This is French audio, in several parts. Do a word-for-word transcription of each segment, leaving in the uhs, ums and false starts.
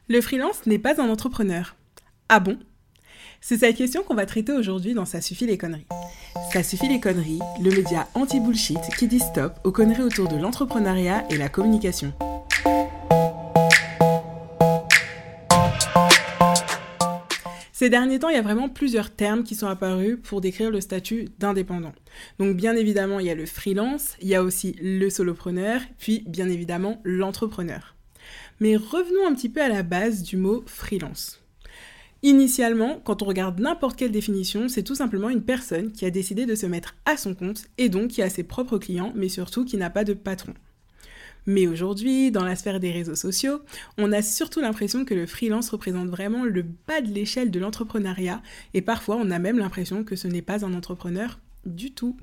Le freelance n'est pas un entrepreneur. Ah bon? C'est cette question qu'on va traiter aujourd'hui dans Ça suffit les conneries. Ça suffit les conneries, le média anti-bullshit qui dit stop aux conneries autour de l'entrepreneuriat et la communication. Ces derniers temps, il y a vraiment plusieurs termes qui sont apparus pour décrire le statut d'indépendant. Donc bien évidemment, il y a le freelance, il y a aussi le solopreneur, puis bien évidemment l'entrepreneur. Mais revenons un petit peu à la base du mot freelance. Initialement, quand on regarde n'importe quelle définition, c'est tout simplement une personne qui a décidé de se mettre à son compte et donc qui a ses propres clients, mais surtout qui n'a pas de patron. Mais aujourd'hui, dans la sphère des réseaux sociaux, on a surtout l'impression que le freelance représente vraiment le bas de l'échelle de l'entrepreneuriat et parfois on a même l'impression que ce n'est pas un entrepreneur du tout.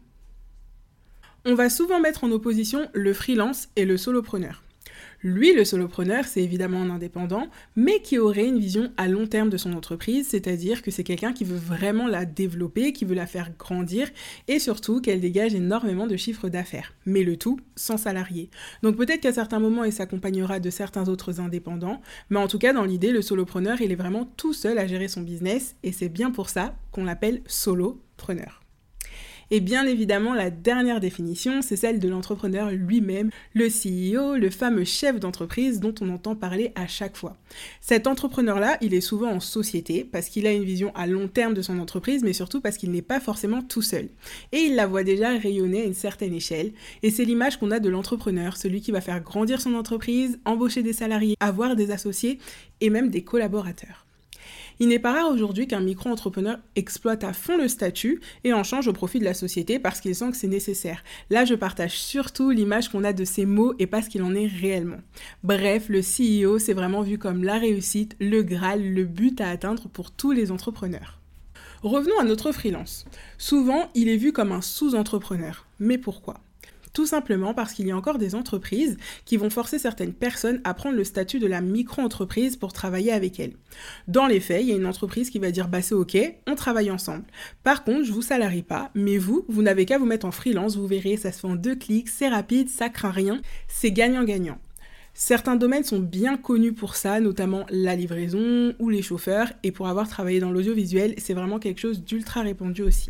On va souvent mettre en opposition le freelance et le solopreneur. Lui, le solopreneur, c'est évidemment un indépendant, mais qui aurait une vision à long terme de son entreprise, c'est-à-dire que c'est quelqu'un qui veut vraiment la développer, qui veut la faire grandir, et surtout qu'elle dégage énormément de chiffres d'affaires. Mais le tout sans salarié. Donc peut-être qu'à certains moments, il s'accompagnera de certains autres indépendants, mais en tout cas, dans l'idée, le solopreneur, il est vraiment tout seul à gérer son business, et c'est bien pour ça qu'on l'appelle solopreneur. Et bien évidemment, la dernière définition, c'est celle de l'entrepreneur lui-même, le C E O, le fameux chef d'entreprise dont on entend parler à chaque fois. Cet entrepreneur-là, il est souvent en société parce qu'il a une vision à long terme de son entreprise, mais surtout parce qu'il n'est pas forcément tout seul. Et il la voit déjà rayonner à une certaine échelle. Et c'est l'image qu'on a de l'entrepreneur, celui qui va faire grandir son entreprise, embaucher des salariés, avoir des associés et même des collaborateurs. Il n'est pas rare aujourd'hui qu'un micro-entrepreneur exploite à fond le statut et en change au profit de la société parce qu'il sent que c'est nécessaire. Là, je partage surtout l'image qu'on a de ces mots et pas ce qu'il en est réellement. Bref, le C E O, c'est vraiment vu comme la réussite, le Graal, le but à atteindre pour tous les entrepreneurs. Revenons à notre freelance. Souvent, il est vu comme un sous-entrepreneur. Mais pourquoi ? Tout simplement parce qu'il y a encore des entreprises qui vont forcer certaines personnes à prendre le statut de la micro-entreprise pour travailler avec elles. Dans les faits, il y a une entreprise qui va dire « bah c'est ok, on travaille ensemble ». Par contre, je vous salarie pas, mais vous, vous n'avez qu'à vous mettre en freelance, vous verrez, ça se fait en deux clics, c'est rapide, ça craint rien, c'est gagnant-gagnant. Certains domaines sont bien connus pour ça, notamment la livraison ou les chauffeurs, et pour avoir travaillé dans l'audiovisuel, c'est vraiment quelque chose d'ultra répandu aussi.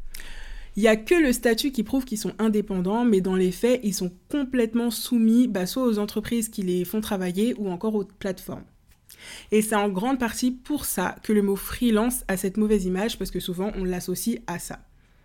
Il n'y a que le statut qui prouve qu'ils sont indépendants, mais dans les faits, ils sont complètement soumis bah, soit aux entreprises qui les font travailler ou encore aux plateformes. Et c'est en grande partie pour ça que le mot freelance a cette mauvaise image, parce que souvent on l'associe à ça.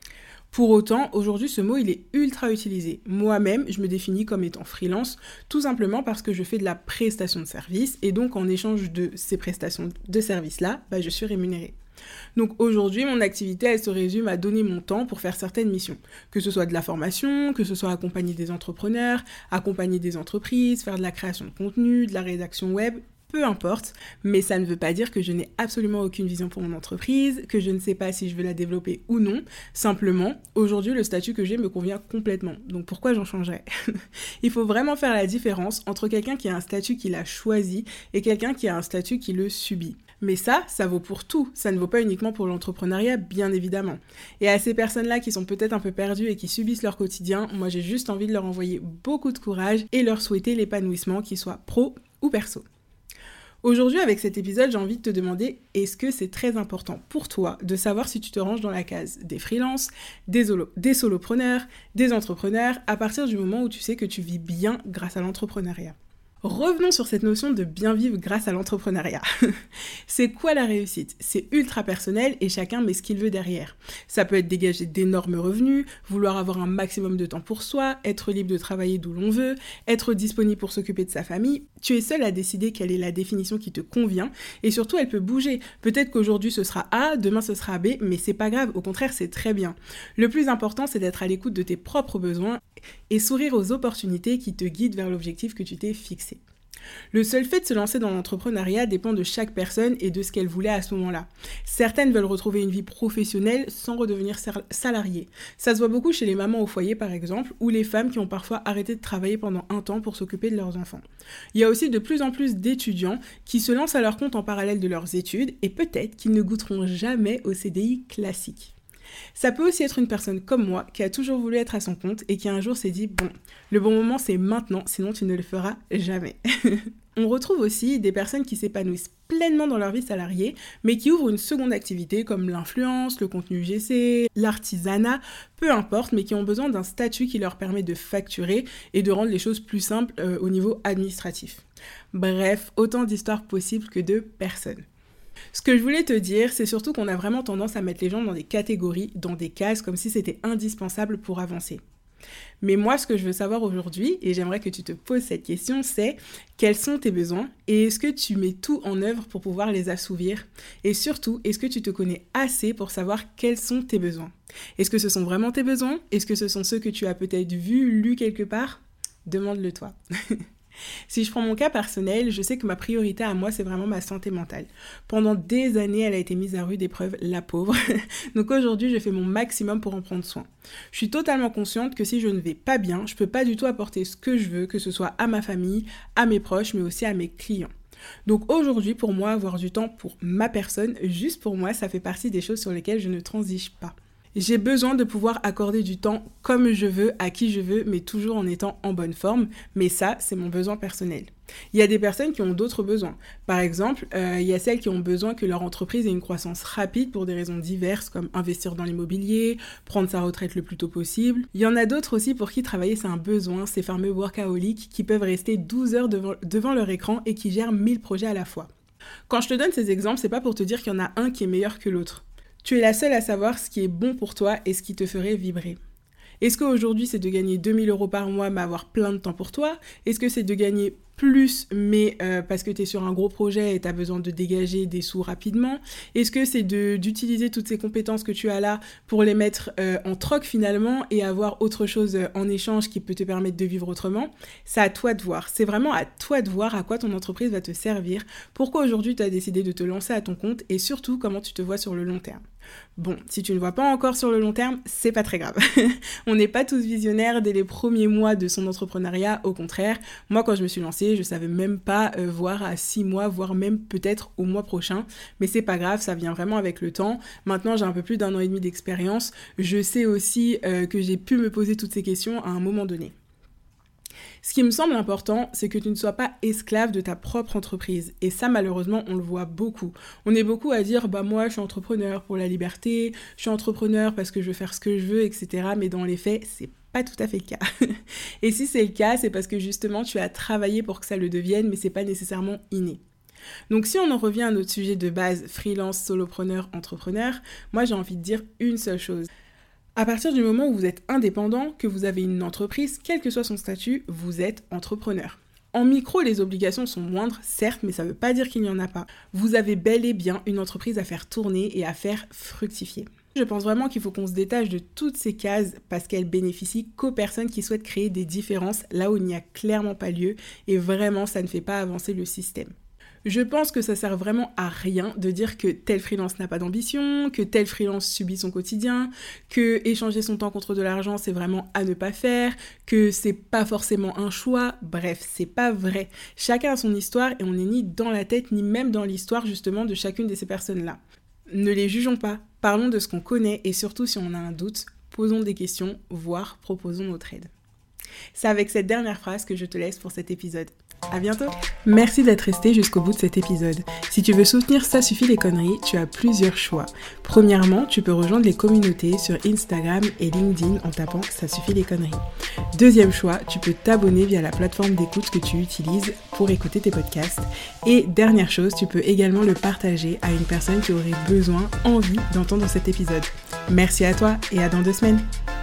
Pour autant, aujourd'hui, ce mot, il est ultra utilisé. Moi-même, je me définis comme étant freelance, tout simplement parce que je fais de la prestation de service, et donc en échange de ces prestations de service-là, bah, je suis rémunérée. Donc aujourd'hui, mon activité, elle se résume à donner mon temps pour faire certaines missions. Que ce soit de la formation, que ce soit accompagner des entrepreneurs, accompagner des entreprises, faire de la création de contenu, de la rédaction web, peu importe. Mais ça ne veut pas dire que je n'ai absolument aucune vision pour mon entreprise, que je ne sais pas si je veux la développer ou non. Simplement, aujourd'hui, le statut que j'ai me convient complètement. Donc pourquoi j'en changerais ? Il faut vraiment faire la différence entre quelqu'un qui a un statut qu'il a choisi et quelqu'un qui a un statut qui le subit. Mais ça, ça vaut pour tout, ça ne vaut pas uniquement pour l'entrepreneuriat, bien évidemment. Et à ces personnes-là qui sont peut-être un peu perdues et qui subissent leur quotidien, moi j'ai juste envie de leur envoyer beaucoup de courage et leur souhaiter l'épanouissement, qu'il soit pro ou perso. Aujourd'hui, avec cet épisode, j'ai envie de te demander, est-ce que c'est très important pour toi de savoir si tu te ranges dans la case des freelances, des, holo- des solopreneurs, des entrepreneurs, à partir du moment où tu sais que tu vis bien grâce à l'entrepreneuriat ? Revenons sur cette notion de bien vivre grâce à l'entrepreneuriat. C'est quoi la réussite ? C'est ultra personnel et chacun met ce qu'il veut derrière. Ça peut être dégager d'énormes revenus, vouloir avoir un maximum de temps pour soi, être libre de travailler d'où l'on veut, être disponible pour s'occuper de sa famille. Tu es seul à décider quelle est la définition qui te convient et surtout elle peut bouger. Peut-être qu'aujourd'hui ce sera A, demain ce sera B, mais c'est pas grave, au contraire c'est très bien. Le plus important c'est d'être à l'écoute de tes propres besoins et sourire aux opportunités qui te guident vers l'objectif que tu t'es fixé. Le seul fait de se lancer dans l'entrepreneuriat dépend de chaque personne et de ce qu'elle voulait à ce moment-là. Certaines veulent retrouver une vie professionnelle sans redevenir salariées. Ça se voit beaucoup chez les mamans au foyer par exemple, ou les femmes qui ont parfois arrêté de travailler pendant un temps pour s'occuper de leurs enfants. Il y a aussi de plus en plus d'étudiants qui se lancent à leur compte en parallèle de leurs études et peut-être qu'ils ne goûteront jamais au C D I classique. Ça peut aussi être une personne comme moi qui a toujours voulu être à son compte et qui un jour s'est dit « bon, le bon moment c'est maintenant, sinon tu ne le feras jamais ». On retrouve aussi des personnes qui s'épanouissent pleinement dans leur vie salariée, mais qui ouvrent une seconde activité comme l'influence, le contenu U G C, l'artisanat, peu importe, mais qui ont besoin d'un statut qui leur permet de facturer et de rendre les choses plus simples euh, au niveau administratif. Bref, autant d'histoires possibles que de personnes. Ce que je voulais te dire, c'est surtout qu'on a vraiment tendance à mettre les gens dans des catégories, dans des cases, comme si c'était indispensable pour avancer. Mais moi, ce que je veux savoir aujourd'hui, et j'aimerais que tu te poses cette question, c'est quels sont tes besoins et est-ce que tu mets tout en œuvre pour pouvoir les assouvir? Et surtout, est-ce que tu te connais assez pour savoir quels sont tes besoins? Est-ce que ce sont vraiment tes besoins? Est-ce que ce sont ceux que tu as peut-être vus, lus quelque part? Demande-le toi. Si je prends mon cas personnel, je sais que ma priorité à moi, c'est vraiment ma santé mentale. Pendant des années, elle a été mise à rude épreuve, la pauvre. Donc aujourd'hui, je fais mon maximum pour en prendre soin. Je suis totalement consciente que si je ne vais pas bien, je peux pas du tout apporter ce que je veux, que ce soit à ma famille, à mes proches, mais aussi à mes clients. Donc aujourd'hui, pour moi, avoir du temps pour ma personne, juste pour moi, ça fait partie des choses sur lesquelles je ne transige pas. J'ai besoin de pouvoir accorder du temps comme je veux, à qui je veux, mais toujours en étant en bonne forme. Mais ça, c'est mon besoin personnel. Il y a des personnes qui ont d'autres besoins. Par exemple, euh, il y a celles qui ont besoin que leur entreprise ait une croissance rapide pour des raisons diverses, comme investir dans l'immobilier, prendre sa retraite le plus tôt possible. Il y en a d'autres aussi pour qui travailler, c'est un besoin, ces fameux workaholics qui peuvent rester douze heures devant, devant leur écran et qui gèrent mille projets à la fois. Quand je te donne ces exemples, c'est pas pour te dire qu'il y en a un qui est meilleur que l'autre. Tu es la seule à savoir ce qui est bon pour toi et ce qui te ferait vibrer. Est-ce qu'aujourd'hui, c'est de gagner deux mille euros par mois, mais avoir plein de temps pour toi? Est-ce que c'est de gagner plus, mais euh, parce que tu es sur un gros projet et tu as besoin de dégager des sous rapidement? Est-ce que c'est de, d'utiliser toutes ces compétences que tu as là pour les mettre euh, en troc finalement et avoir autre chose en échange qui peut te permettre de vivre autrement? C'est à toi de voir. C'est vraiment à toi de voir à quoi ton entreprise va te servir, pourquoi aujourd'hui tu as décidé de te lancer à ton compte et surtout comment tu te vois sur le long terme. Bon, si tu ne vois pas encore sur le long terme, c'est pas très grave. On n'est pas tous visionnaires dès les premiers mois de son entrepreneuriat, au contraire. Moi, quand je me suis lancée, je savais même pas euh, voir à six mois, voire même peut-être au mois prochain. Mais c'est pas grave, ça vient vraiment avec le temps. Maintenant, j'ai un peu plus d'un an et demi d'expérience. Je sais aussi euh, que j'ai pu me poser toutes ces questions à un moment donné. Ce qui me semble important, c'est que tu ne sois pas esclave de ta propre entreprise. Et ça, malheureusement, on le voit beaucoup. On est beaucoup à dire, bah moi, je suis entrepreneur pour la liberté, je suis entrepreneur parce que je veux faire ce que je veux, et cetera. Mais dans les faits, c'est pas tout à fait le cas. Et si c'est le cas, c'est parce que justement, tu as travaillé pour que ça le devienne, mais c'est pas nécessairement inné. Donc si on en revient à notre sujet de base, freelance, solopreneur, entrepreneur, moi, j'ai envie de dire une seule chose. À partir du moment où vous êtes indépendant, que vous avez une entreprise, quel que soit son statut, vous êtes entrepreneur. En micro, les obligations sont moindres, certes, mais ça ne veut pas dire qu'il n'y en a pas. Vous avez bel et bien une entreprise à faire tourner et à faire fructifier. Je pense vraiment qu'il faut qu'on se détache de toutes ces cases parce qu'elles bénéficient qu'aux personnes qui souhaitent créer des différences là où il n'y a clairement pas lieu et vraiment ça ne fait pas avancer le système. Je pense que ça sert vraiment à rien de dire que tel freelance n'a pas d'ambition, que tel freelance subit son quotidien, que échanger son temps contre de l'argent c'est vraiment à ne pas faire, que c'est pas forcément un choix. Bref, c'est pas vrai. Chacun a son histoire et on n'est ni dans la tête ni même dans l'histoire justement de chacune de ces personnes-là. Ne les jugeons pas, parlons de ce qu'on connaît et surtout si on a un doute, posons des questions, voire proposons notre aide. C'est avec cette dernière phrase que je te laisse pour cet épisode. À bientôt. Merci d'être resté jusqu'au bout de cet épisode. Si tu veux soutenir Ça suffit les conneries, tu as plusieurs choix. Premièrement, tu peux rejoindre les communautés sur Instagram et LinkedIn en tapant Ça suffit les conneries. Deuxième choix, tu peux t'abonner via la plateforme d'écoute que tu utilises pour écouter tes podcasts. Et dernière chose, tu peux également le partager à une personne qui aurait besoin, envie d'entendre cet épisode. Merci à toi et à dans deux semaines.